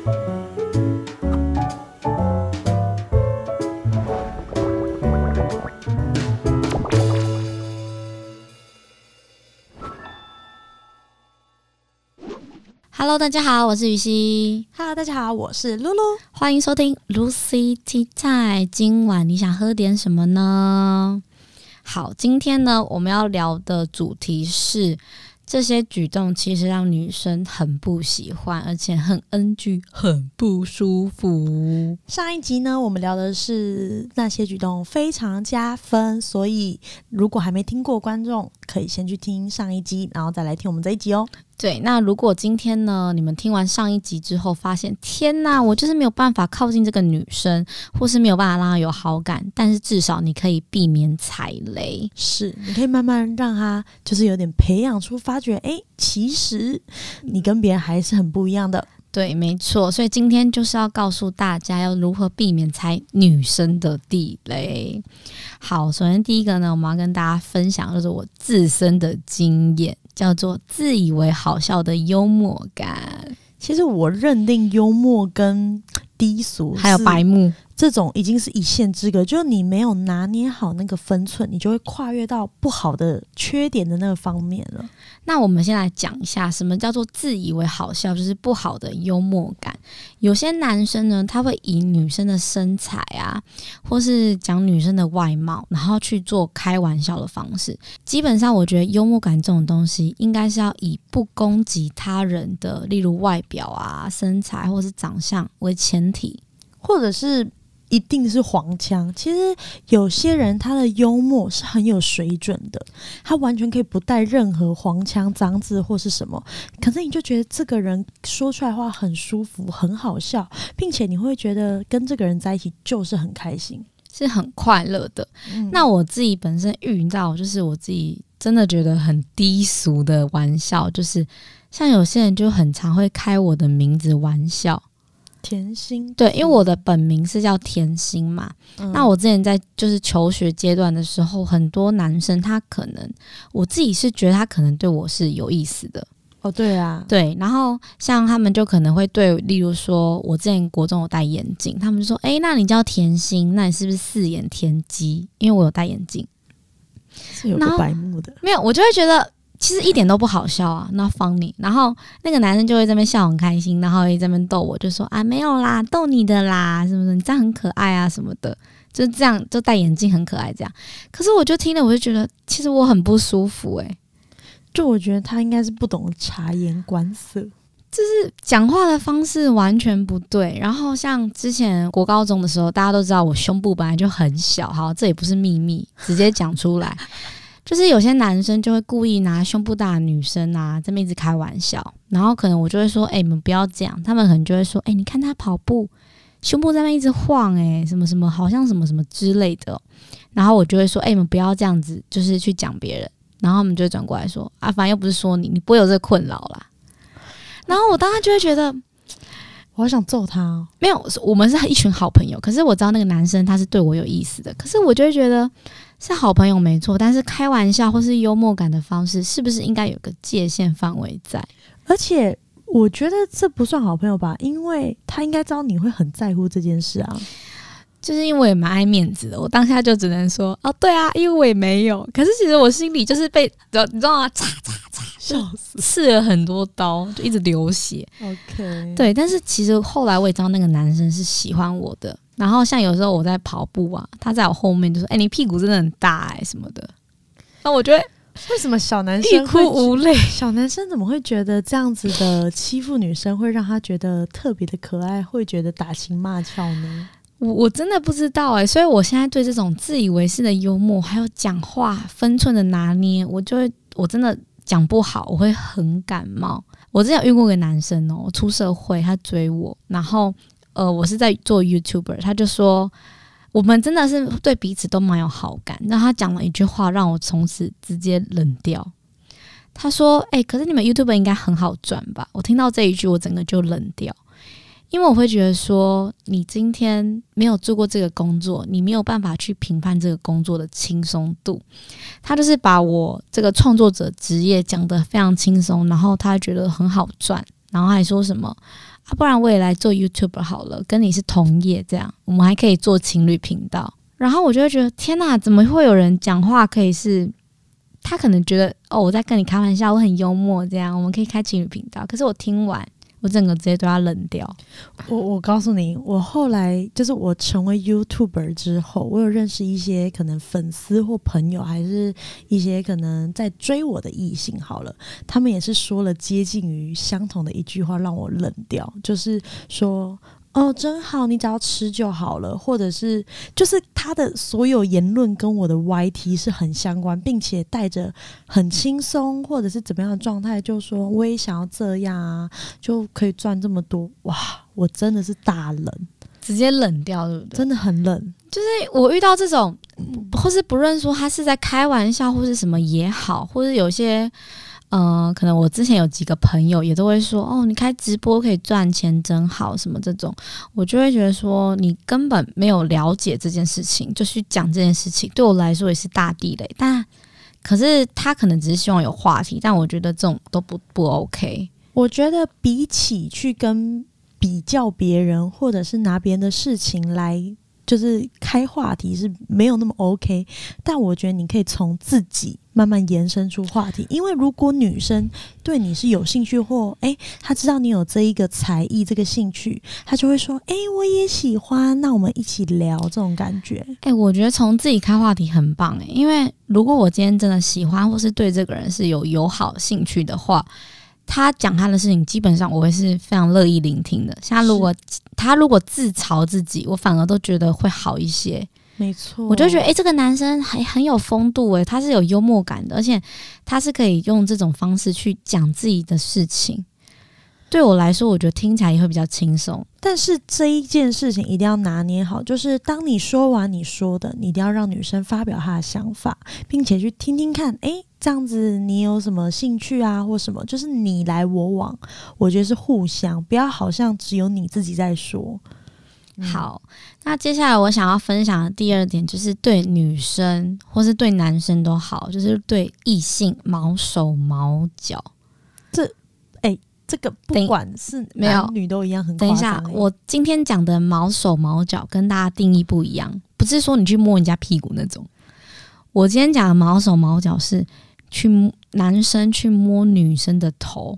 Hello， 大家好，我是雨熙。 Hello， 大家好，我是露露。 欢迎收听 Lucy Tea Time。今晚你想喝点什么呢？好，今天呢，我们要聊的主题是这些举动其实让女生很不喜欢，而且很 NG， 很不舒服。 上一集呢，我们聊的是那些举动非常加分，所以如果还没听过观众，可以先去听上一集，然后再来听我们这一集哦。 对，那如果今天呢，你们听完上一集之后发现，天哪，我就是没有办法靠近这个女生，或是没有办法让她有好感，但是至少你可以避免踩雷。 是，你可以慢慢让她就是有点培养出发觉，其实你跟别人还是很不一样的。 对，没错，所以今天就是要告诉大家要如何避免踩女生的地雷。好，首先第一个呢，我们要跟大家分享就是我自身的经验，叫做自以为好笑的幽默感。 其实我认定幽默跟低俗还有白目这种已经是一线之隔，就是你没有拿捏好那个分寸，你就会跨越到不好的缺点的那个方面了。 那我们先来讲一下什么叫做自以为好笑，就是不好的幽默感。有些男生呢，他会以女生的身材啊，或是讲女生的外貌，然后去做开玩笑的方式。基本上我觉得幽默感这种东西应该是要以不攻击他人的，例如外表啊、身材或是长相为前提， 或者是一定是黄腔。其实有些人他的幽默是很有水准的，他完全可以不带任何黄腔、脏字或是什么，可是你就觉得这个人说出来话很舒服、很好笑，并且你会觉得跟这个人在一起就是很开心， 是很快乐的。那我自己本身遇到就是我自己真的觉得很低俗的玩笑，就是像有些人就很常会开我的名字玩笑。 甜心， 对，因为我的本名是叫甜心嘛。那我之前在就是求学阶段的时候，很多男生他可能，我自己是觉得他可能对我是有意思的。 哦，对啊， 对，然后像他们就可能会对，例如说我之前国中有戴眼镜，他们就说，那你叫甜心，那你是不是四眼田鸡？因为我有戴眼镜， 是有个白目的， 没有，我就会觉得。其实一点都不好笑啊 ，not funny。然后那个男生就会在那边笑很开心，然后也在那边逗我，就说啊没有啦，逗你的啦，什么的，你这样很可爱啊什么的，就这样就戴眼镜很可爱这样。可是我就听了，我就觉得其实我很不舒服就我觉得他应该是不懂察言观色， 就是讲话的方式完全不对。然后像之前国高中的时候，大家都知道我胸部本来就很小，好，这也不是秘密，直接讲出来。就是有些男生就会故意拿胸部大的女生啊这么一直开玩笑，然后可能我就会说你们不要这样，他们可能就会说你看他跑步胸部在那边一直晃什么什么好像什么什么之类的然后我就会说你们不要这样子，就是去讲别人，然后他们就会转过来说反正又不是说你不会有这个困扰啦。然后我当时就会觉得我好想揍他哦。 没有，我们是一群好朋友，可是我知道那个男生他是对我有意思的，可是我就会觉得是好朋友没错，但是开玩笑或是幽默感的方式是不是应该有个界限范围在？ 而且我觉得这不算好朋友吧，因为他应该知道你会很在乎这件事啊。 就是因为我也蛮爱面子的，我当下就只能说对啊，因为我也没有，可是其实我心里就是被你知道吗，嚓嚓嚓笑死， 刺了很多刀，就一直流血。 OK， 对， 但是其实后来我也知道那个男生是喜欢我的，然后像有时候我在跑步啊，他在我后面就说你屁股真的很大什么的，那我觉得为什么小男生欲哭无泪？ 小男生怎么会觉得这样子的欺负女生会让他觉得特别的可爱，会觉得打情骂俏呢？ 我真的不知道所以我现在对这种自以为是的幽默，还有讲话分寸的拿捏，我真的讲不好，我会很感冒。我之前有遇过一个男生我出社会，他追我，然后我是在做 YouTuber， 他就说我们真的是对彼此都蛮有好感，然后他讲了一句话让我从此直接冷掉。他说可是你们 YouTuber 应该很好赚吧？我听到这一句我整个就冷掉，因为我会觉得说你今天没有做过这个工作，你没有办法去评判这个工作的轻松度。他就是把我这个创作者职业讲得非常轻松，然后他觉得很好赚，然后还说什么不然我也来做 YouTuber 好了，跟你是同业，这样我们还可以做情侣频道。然后我就会觉得天哪，怎么会有人讲话可以是他可能觉得我在跟你开玩笑，我很幽默，这样我们可以开情侣频道。可是我听完，我整个直接对他冷掉。 我告诉你，我后来就是我成为 YouTuber 之后，我有认识一些可能粉丝或朋友，还是一些可能在追我的异性好了，他们也是说了接近于相同的一句话，让我冷掉，就是说真好，你只要吃就好了，或者是就是他的所有言论跟我的 YT 是很相关，并且带着很轻松或者是怎么样的状态，就说我也想要这样啊，就可以赚这么多。哇，我真的是大冷， 直接冷掉，对不对？ 真的很冷。 就是我遇到这种，或是不论说他是在开玩笑或是什么也好，或是有些可能我之前有几个朋友也都会说你开直播可以赚钱真好什么这种，我就会觉得说你根本没有了解这件事情就去讲这件事情，对我来说也是大地雷。但可是他可能只是希望有话题，但我觉得这种都不 OK。 我觉得比起去跟比较别人，或者是拿别人的事情来就是开话题是没有那么 OK， 但我觉得你可以从自己慢慢延伸出话题，因为如果女生对你是有兴趣，或她知道你有这一个才艺这个兴趣，她就会说我也喜欢，那我们一起聊，这种感觉。 我觉得从自己开话题很棒因为如果我今天真的喜欢或是对这个人是有友好兴趣的话，他讲他的事情基本上我会是非常乐意聆听的。像他如果自嘲自己，我反而都觉得会好一些。 没错， 我就觉得这个男生很有风度他是有幽默感的，而且他是可以用这种方式去讲自己的事情。对我来说，我觉得听起来也会比较轻松。 但是这一件事情一定要拿捏好，就是当你说完你说的，你一定要让女生发表她的想法，并且去听听看这样子你有什么兴趣啊或什么，就是你来我往，我觉得是互相，不要好像只有你自己在说。 好，那接下来我想要分享的第二点就是对女生或是对男生都好，就是对异性毛手毛脚。 这个不管是男女都一样很夸张。 等一下，我今天讲的毛手毛脚跟大家定义不一样，不是说你去摸人家屁股那种。我今天讲的毛手毛脚是男生去摸女生的头。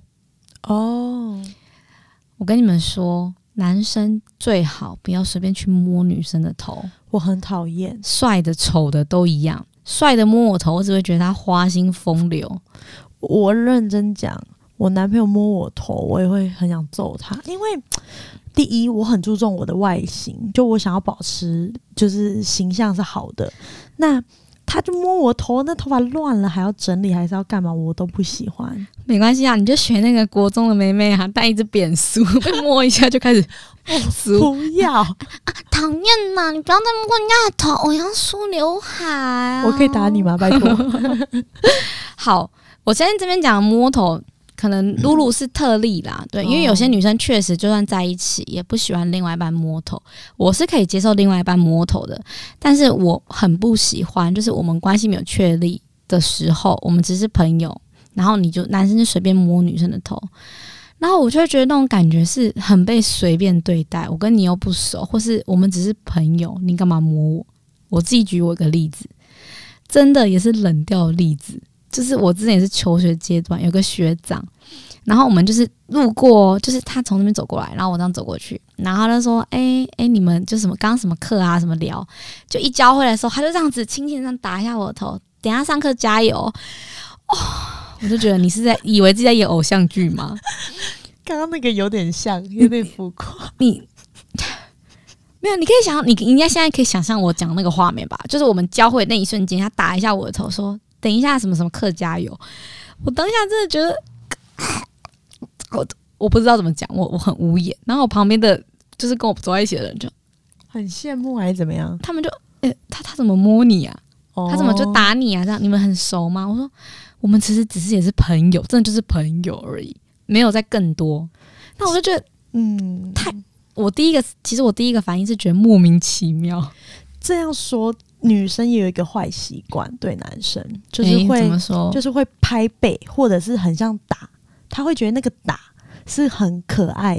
我跟你们说，男生最好不要随便去摸女生的头。 我很讨厌， 帅的丑的都一样。帅的摸我头，我只会觉得他花心风流。 我认真讲，我男朋友摸我头，我也会很想揍他，因为第一，我很注重我的外形，就我想要保持就是形象是好的。那他就摸我头，那头发乱了还要整理，还是要干嘛？我都不喜欢。 没关系啊，你就学那个国中的妹妹啊，带一只扁梳，被摸一下就开始梳。 不要， 讨厌呐！你不要再摸人家的头，我要梳刘海。 我可以打你吗？拜托。 好，我现在这边讲的摸头，可能露露是特例啦，对，因为有些女生确实就算在一起，也不喜欢另外一半摸头。我是可以接受另外一半摸头的，但是我很不喜欢，就是我们关系没有确立的时候，我们只是朋友，然后男生就随便摸女生的头，然后我就会觉得那种感觉是很被随便对待。我跟你又不熟，或是我们只是朋友，你干嘛摸我？我自己举我一个例子，真的也是冷掉的例子。就是我之前也是求学阶段，有个学长，然后我们就是路过，就是他从那边走过来，然后我这样走过去，然后他就说：“你们就什么刚刚什么课啊，什么聊？”就一交回来的时候，他就这样子轻轻这样打一下我的头，等一下上课加油。我就觉得你是在以为自己在演偶像剧吗？ 刚刚那个有点像，有点浮夸。 你没有，你可以想，你应该现在可以想象我讲那个画面吧？就是我们交汇那一瞬间，他打一下我的头，说。等一下，什么什么课加油！我当下真的觉得，我不知道怎么讲，我很无言。然后我旁边的就是跟我走在一起的人就很羡慕还是怎么样？ 他们就他怎么摸你啊？他怎么就打你啊？这样你们很熟吗？我说我们其实只是也是朋友，真的就是朋友而已，没有再更多。那我就觉得，其实我第一个反应是觉得莫名其妙。 这样说。女生也有一个坏习惯，对男生就是会怎么说？ 就是会拍背，或者是很像打，他会觉得那个打是很可爱的，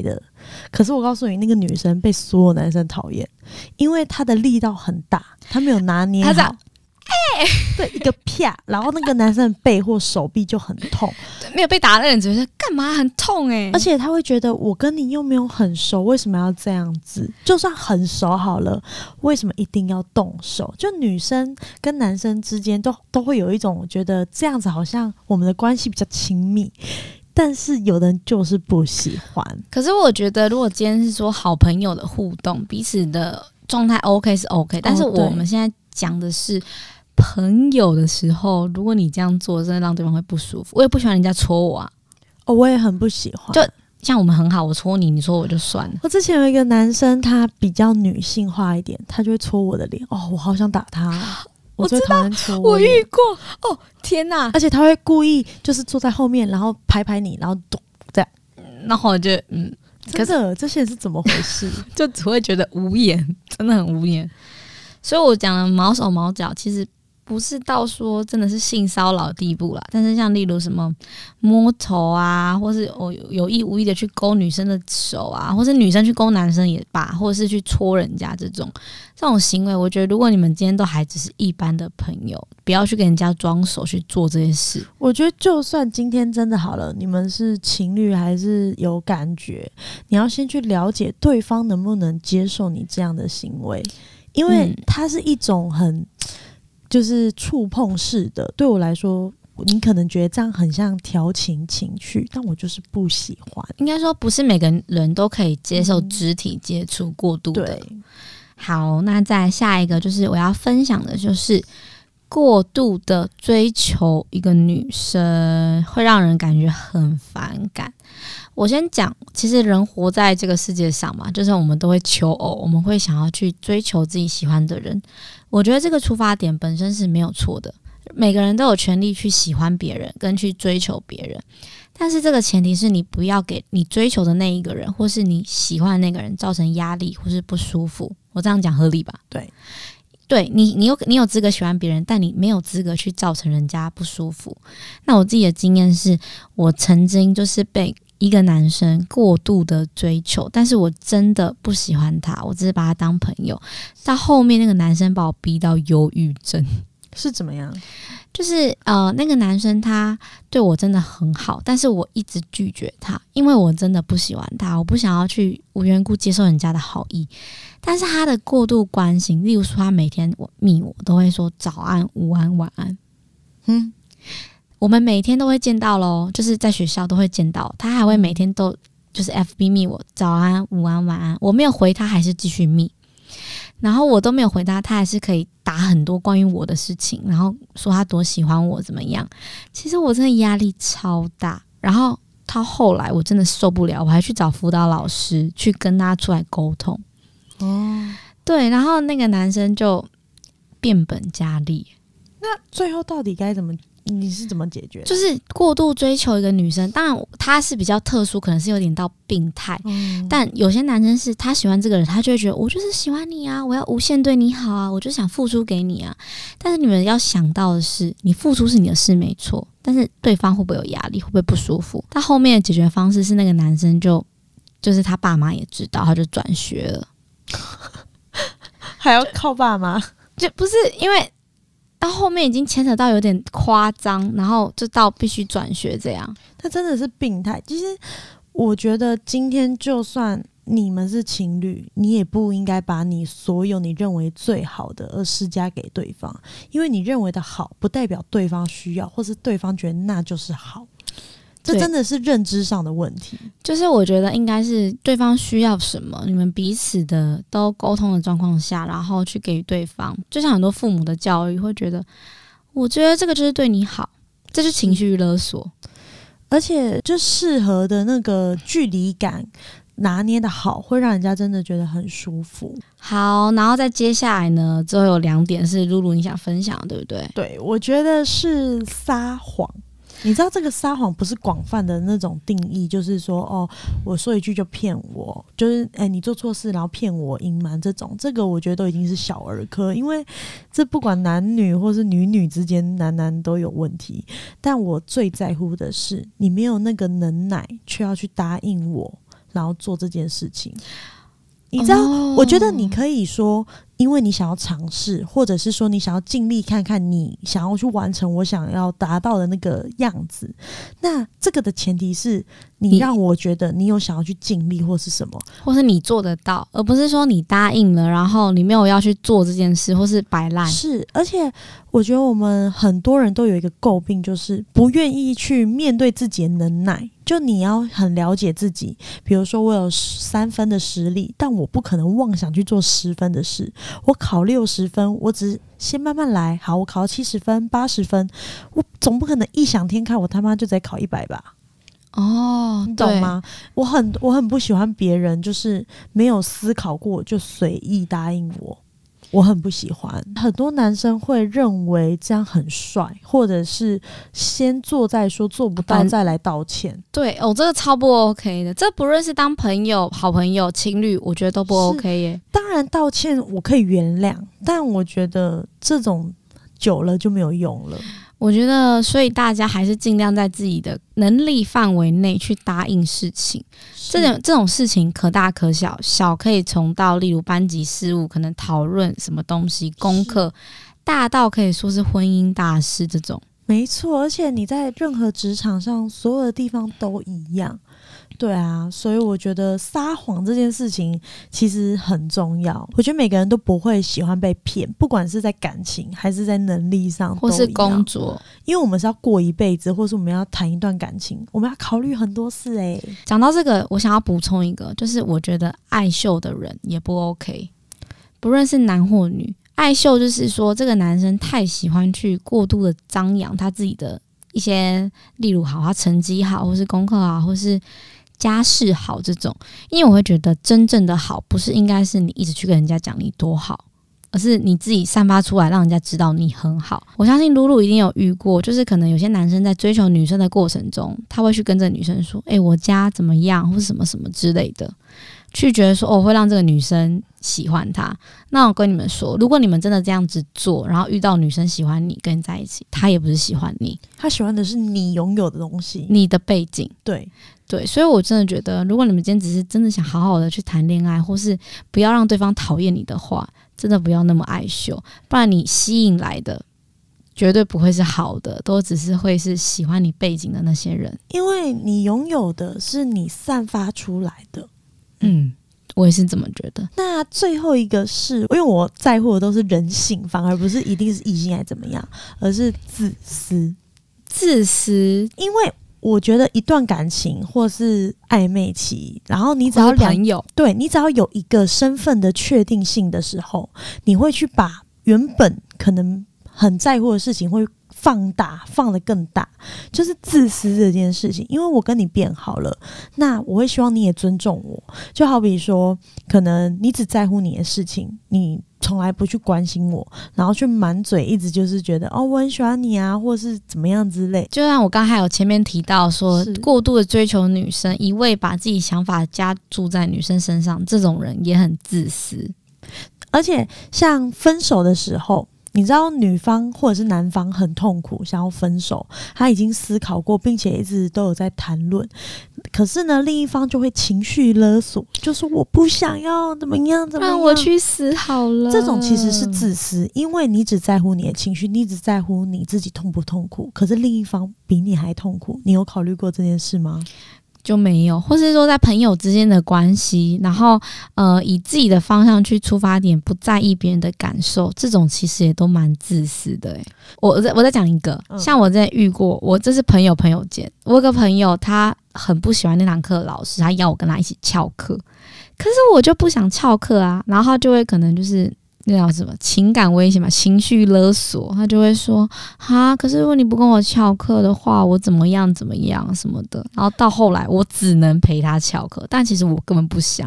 可是我告诉你，那个女生被所有男生讨厌，因为她的力道很大，她没有拿捏好。对，一个啪，然后那个男生的背或手臂就很痛， 没有被打的人觉得干嘛很痛而且他会觉得我跟你又没有很熟，为什么要这样子？就算很熟好了，为什么一定要动手？就女生跟男生之间都会有一种觉得这样子好像我们的关系比较亲密，但是有的人就是不喜欢。 可是我觉得，如果今天是说好朋友的互动，彼此的状态 OK 是 OK， 但是我们现在讲的是朋友的时候，如果你这样做，真的让对方会不舒服。我也不喜欢人家戳我啊， 我也很不喜欢。 就像我们很好，我戳你，你戳我就算了。 我之前有一个男生，他比较女性化一点，他就会戳我的脸。我好想打他。我最讨厌戳我遇过天哪！ 而且他会故意就是坐在后面，然后拍拍你，然后咚这样。 然后我就可是这些人是怎么回事？ 就只会觉得无言，真的很无言。所以我讲的毛手毛脚，其实不是到说真的是性骚扰的地步啦，但是像例如什么摸头啊，或是有意无意的去勾女生的手啊，或是女生去勾男生也罢，或者是去戳人家这种行为，我觉得如果你们今天都还只是一般的朋友，不要去跟人家装熟去做这些事。 我觉得就算今天真的好了，你们是情侣还是有感觉，你要先去了解对方能不能接受你这样的行为，因为它是一种很就是触碰式的，对我来说你可能觉得这样很像调情情趣，但我就是不喜欢。 应该说不是每个人都可以接受肢体接触过度的。 对， 好，那再下一个就是我要分享的就是过度的追求一个女生会让人感觉很反感。我先讲，其实人活在这个世界上嘛，就是我们都会求偶，我们会想要去追求自己喜欢的人。我觉得这个出发点本身是没有错的，每个人都有权利去喜欢别人跟去追求别人，但是这个前提是你不要给你追求的那一个人或是你喜欢的那个人造成压力或是不舒服。我这样讲合理吧？对，你有资格喜欢别人，但你没有资格去造成人家不舒服。那我自己的经验是，我曾经就是被一个男生过度的追求，但是我真的不喜欢他，我只是把他当朋友。到后面那个男生把我逼到忧郁症。 是怎么样？ 就是那个男生他对我真的很好，但是我一直拒绝他，因为我真的不喜欢他，我不想要去无缘故接受人家的好意。但是他的过度关心，例如说他每天密我都会说早安、午安、晚安。我们每天都会见到咯，就是在学校都会见到，他还会每天都就是 FB 密我早安、午安、晚安，我没有回他还是继续密，然后我都没有回他，他还是可以打很多关于我的事情，然后说他多喜欢我怎么样。其实我真的压力超大，然后到后来我真的受不了，我还去找辅导老师去跟他出来沟通。对，然后那个男生就变本加厉。 那最后到底该怎么？你是怎么解决的？ 就是过度追求一个女生，当然他是比较特殊，可能是有点到病态。但有些男生是他喜欢这个人，他就会觉得我就是喜欢你啊，我要无限对你好啊，我就想付出给你啊。但是你们要想到的是，你付出是你的事没错，但是对方会不会有压力，会不会不舒服？他后面的解决方式是那个男生就是他爸妈也知道，他就转学了。 还要靠爸妈？ 就不是因为到后面已经牵扯到有点夸张，然后就到必须转学这样。 他真的是病态。其实我觉得今天就算你们是情侣，你也不应该把你所有你认为最好的而施加给对方，因为你认为的好不代表对方需要，或是对方觉得那就是好。这真的是认知上的问题。 就是我觉得应该是对方需要什么，你们彼此的都沟通的状况下，然后去给予对方。就像很多父母的教育会觉得，我觉得这个就是对你好，这是情绪勒索。 而且就适合的那个距离感拿捏的好，会让人家真的觉得很舒服。 好，然后再接下来呢，最后有2点是露露你想分享的，对不对？ 对，我觉得是撒谎。你知道这个撒谎不是广泛的那种定义，就是说我说一句就骗我，就是你做错事然后骗我隐瞒这种，这个我觉得都已经是小儿科，因为这不管男女或是女女之间，男男都有问题。但我最在乎的是你没有那个能耐却要去答应我， 然后做这件事情。你知道，我觉得你可以说，因为你想要尝试，或者是说你想要尽力看看你想要去完成我想要达到的那个样子。那这个的前提是你让我觉得你有想要去尽力或是什么， 或是你做得到，而不是说你答应了，然后你没有要去做这件事，或是摆烂。 是，而且我觉得我们很多人都有一个诟病，就是不愿意去面对自己的能耐。就你要很了解自己，比如说我有3分的实力，但我不可能妄想去做10分的事。我考60分，我只先慢慢来。好，我考到70分、80分，我总不可能异想天开，我他妈就得考100吧？你懂吗？我很不喜欢别人就是没有思考过就随意答应我。我很不喜欢，很多男生会认为这样很帅，或者是先做再说，做不到再来道歉。 对哦，这个超不 OK 的，这不论是当朋友、好朋友、情侣，我觉得都不 OK 耶。 当然道歉我可以原谅，但我觉得这种久了就没有用了。 我觉得，所以大家还是尽量在自己的能力范围内去答应事情。这种事情可大可小，小可以从到例如班级事务，可能讨论什么东西、功课；大到可以说是婚姻大事这种。 没错，而且你在任何职场上，所有的地方都一样。对啊，所以我觉得撒谎这件事情其实很重要。我觉得每个人都不会喜欢被骗，不管是在感情还是在能力上都一样， 或是工作， 因为我们是要过一辈子，或是我们要谈一段感情，我们要考虑很多事。 讲到这个，我想要补充一个，就是我觉得爱秀的人也不 OK， 不论是男或女。爱秀就是说，这个男生太喜欢去过度的张扬他自己的一些，例如好，他成绩好，或是功课好，或是家世好这种。因为我会觉得真正的好，不是应该是你一直去跟人家讲你多好，而是你自己散发出来，让人家知道你很好。我相信露露一定有遇过，就是可能有些男生在追求女生的过程中，他会去跟这女生说：“我家怎么样，或是什么什么之类的。”去觉得说会让这个女生喜欢他。那我跟你们说，如果你们真的这样子做，然后遇到女生喜欢你，跟你在一起，她也不是喜欢你， 她喜欢的是你拥有的东西， 你的背景。 对， 所以我真的觉得，如果你们今天只是真的想好好的去谈恋爱，或是不要让对方讨厌你的话，真的不要那么爱秀，不然你吸引来的绝对不会是好的，都只是会是喜欢你背景的那些人， 因为你拥有的是你散发出来的。 我也是这么觉得。 那最后一个是，因为我在乎的都是人性，反而不是一定是异性还怎么样，而是自私。因为我觉得一段感情或是暧昧期，然后你只要朋友， 对，你只要有一个身份的确定性的时候，你会去把原本可能很在乎的事情会放大，放得更大，就是自私这件事情。因为我跟你变好了，那我会希望你也尊重我。就好比说，可能你只在乎你的事情，你从来不去关心我，然后去满嘴一直就是觉得我很喜欢你啊，或是怎么样之类。 就像我刚才有前面提到说，过度的追求女生，一味把自己想法加注在女生身上，这种人也很自私。 而且像分手的时候，你知道女方或者是男方很痛苦想要分手，他已经思考过，并且一直都有在谈论，可是呢另一方就会情绪勒索，就说我不想要怎么样怎么样， 让我去死好了。 这种其实是自私，因为你只在乎你的情绪，你只在乎你自己痛不痛苦，可是另一方比你还痛苦。你有考虑过这件事吗？ 就没有，或是说在朋友之间的关系，然后以自己的方向去出发点，不在意别人的感受，这种其实也都蛮自私的。我再讲一个，像我之前遇过，我这是朋友间，我有个朋友他很不喜欢那堂课的老师，他要我跟他一起翘课，可是我就不想翘课啊，然后他就会可能就是那叫什么情感威胁嘛，情绪勒索，他就会说可是如果你不跟我翘课的话，我怎么样什么的，然后到后来我只能陪他翘课，但其实我根本不想。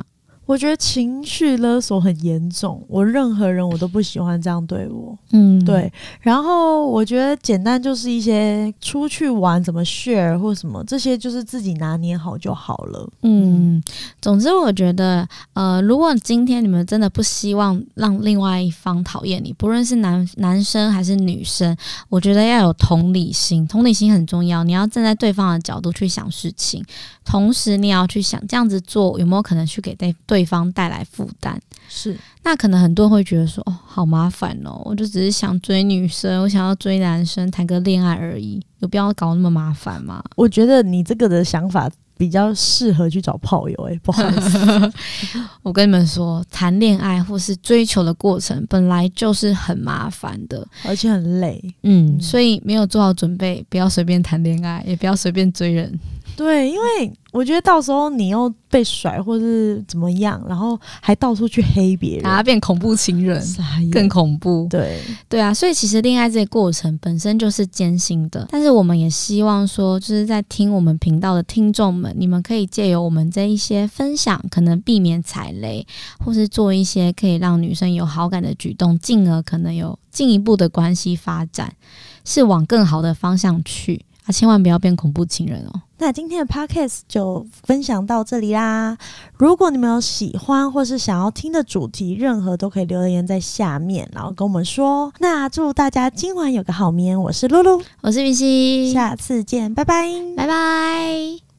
我觉得情绪勒索很严重，我任何人我都不喜欢这样对我。对。然后我觉得简单就是一些出去玩怎么 share 或什么，这些就是自己拿捏好就好了。 总之我觉得如果今天你们真的不希望让另外一方讨厌你，不论是男生还是女生，我觉得要有同理心，同理心很重要，你要站在对方的角度去想事情，同时你也要去想这样子做有没有可能去给对方带来负担。 是， 那可能很多人会觉得说好麻烦哦，我就只是想追女生，我想要追男生，谈个恋爱而已，有必要搞那么麻烦吗？ 我觉得你这个的想法比较适合去找炮友。不好意思我跟你们说，谈恋爱或是追求的过程本来就是很麻烦的， 而且很累。 所以没有做好准备，不要随便谈恋爱，也不要随便追人。 对，因为我觉得到时候你又被甩或是怎么样，然后还到处去黑别人， 他变恐怖情人更恐怖。对啊，所以其实恋爱这个过程本身就是艰辛的，但是我们也希望说，就是在听我们频道的听众们，你们可以借由我们这一些分享，可能避免踩雷，或是做一些可以让女生有好感的举动，进而可能有进一步的关系发展，是往更好的方向去啊，千万不要变恐怖情人哦。 那今天的 podcast 就分享到这里啦。如果你们有喜欢或是想要听的主题，任何都可以留言在下面，然后跟我们说。那祝大家今晚有个好眠，我是露露， 我是米西， 下次见，拜拜， 拜拜。